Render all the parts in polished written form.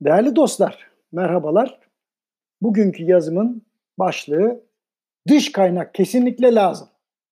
Değerli dostlar, merhabalar. Bugünkü yazımın başlığı dış kaynak kesinlikle lazım.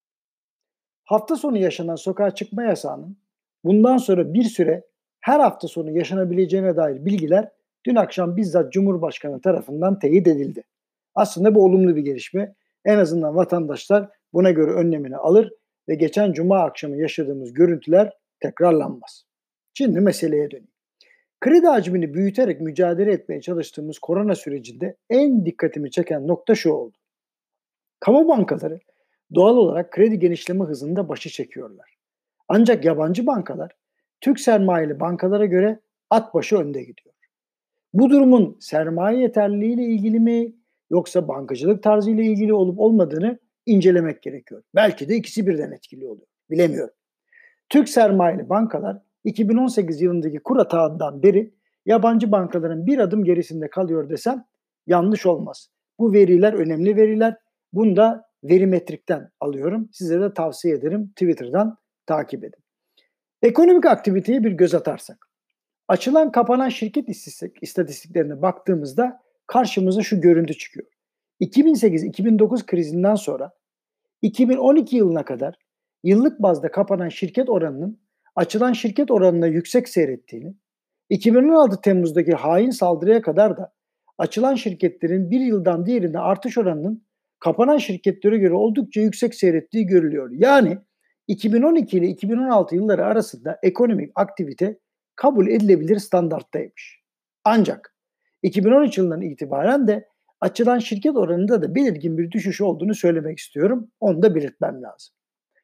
Hafta sonu yaşanan sokağa çıkma yasağının bundan sonra bir süre her hafta sonu yaşanabileceğine dair bilgiler dün akşam bizzat Cumhurbaşkanı tarafından teyit edildi. Aslında bu olumlu bir gelişme. En azından vatandaşlar buna göre önlemini alır ve geçen cuma akşamı yaşadığımız görüntüler tekrarlanmaz. Şimdi meseleye döneyim. Kredi hacmini büyüterek mücadele etmeye çalıştığımız korona sürecinde en dikkatimi çeken nokta şu oldu. Kamu bankaları doğal olarak kredi genişleme hızında başı çekiyorlar. Ancak yabancı bankalar Türk sermayeli bankalara göre at başı önde gidiyor. Bu durumun sermaye yeterliliği ile ilgili mi yoksa bankacılık tarzı ile ilgili olup olmadığını incelemek gerekiyor. Belki de ikisi birden etkili oluyor. Bilemiyorum. Türk sermayeli bankalar 2018 yılındaki kur atağından beri yabancı bankaların bir adım gerisinde kalıyor desem yanlış olmaz. Bu veriler önemli veriler. Bunu da Verimetrik'ten alıyorum. Size de tavsiye ederim. Twitter'dan takip edin. Ekonomik aktiviteye bir göz atarsak. Açılan kapanan şirket istatistiklerine baktığımızda karşımıza şu görüntü çıkıyor. 2008-2009 krizinden sonra 2012 yılına kadar yıllık bazda kapanan şirket oranının açılan şirket oranına yüksek seyrettiğini, 2016 Temmuz'daki hain saldırıya kadar da açılan şirketlerin bir yıldan diğerine artış oranının kapanan şirketlere göre oldukça yüksek seyrettiği görülüyor. Yani 2012 ile 2016 yılları arasında ekonomik aktivite kabul edilebilir standarttaymış. Ancak 2013 yılından itibaren de açılan şirket oranında da belirgin bir düşüş olduğunu söylemek istiyorum. Onu da belirtmem lazım.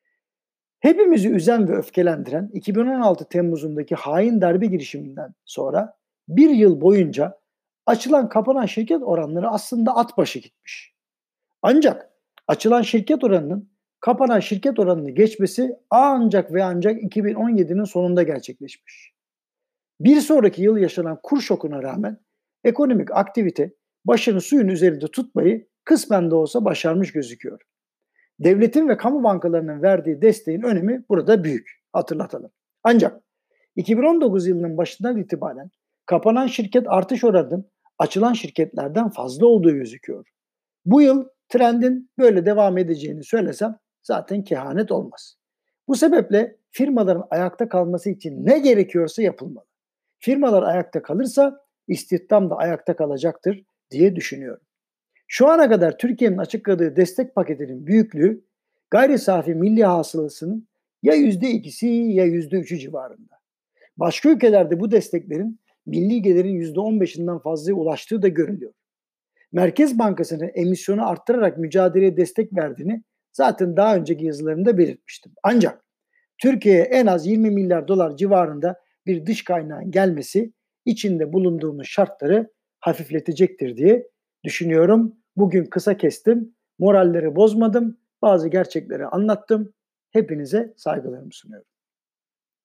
Hepimizi üzen ve öfkelendiren 2016 Temmuz'undaki hain darbe girişiminden sonra bir yıl boyunca açılan kapanan şirket oranları aslında at başı gitmiş. Ancak açılan şirket oranının kapanan şirket oranını geçmesi ancak ve ancak 2017'nin sonunda gerçekleşmiş. Bir sonraki yıl yaşanan kur şokuna rağmen ekonomik aktivite başını suyun üzerinde tutmayı kısmen de olsa başarmış gözüküyor. Devletin ve kamu bankalarının verdiği desteğin önemi burada büyük. Hatırlatalım. Ancak 2019 yılının başından itibaren kapanan şirket artış oranının açılan şirketlerden fazla olduğu gözüküyor. Bu yıl trendin böyle devam edeceğini söylesem zaten kehanet olmaz. Bu sebeple firmaların ayakta kalması için ne gerekiyorsa yapılmalı. Firmalar ayakta kalırsa istihdam da ayakta kalacaktır diye düşünüyorum. Şu ana kadar Türkiye'nin açıkladığı destek paketinin büyüklüğü gayri safi milli hasılasının ya %2'si ya %3'ü civarında. Başka ülkelerde bu desteklerin milli gelirin %15'inden fazlaya ulaştığı da görülüyor. Merkez Bankası'nın emisyonu arttırarak mücadeleye destek verdiğini zaten daha önceki yazılarımda belirtmiştim. Ancak Türkiye'ye en az 20 milyar dolar civarında bir dış kaynağın gelmesi içinde bulunduğumuz şartları hafifletecektir diye düşünüyorum. Bugün kısa kestim, moralleri bozmadım, bazı gerçekleri anlattım. Hepinize saygılarımı sunuyorum.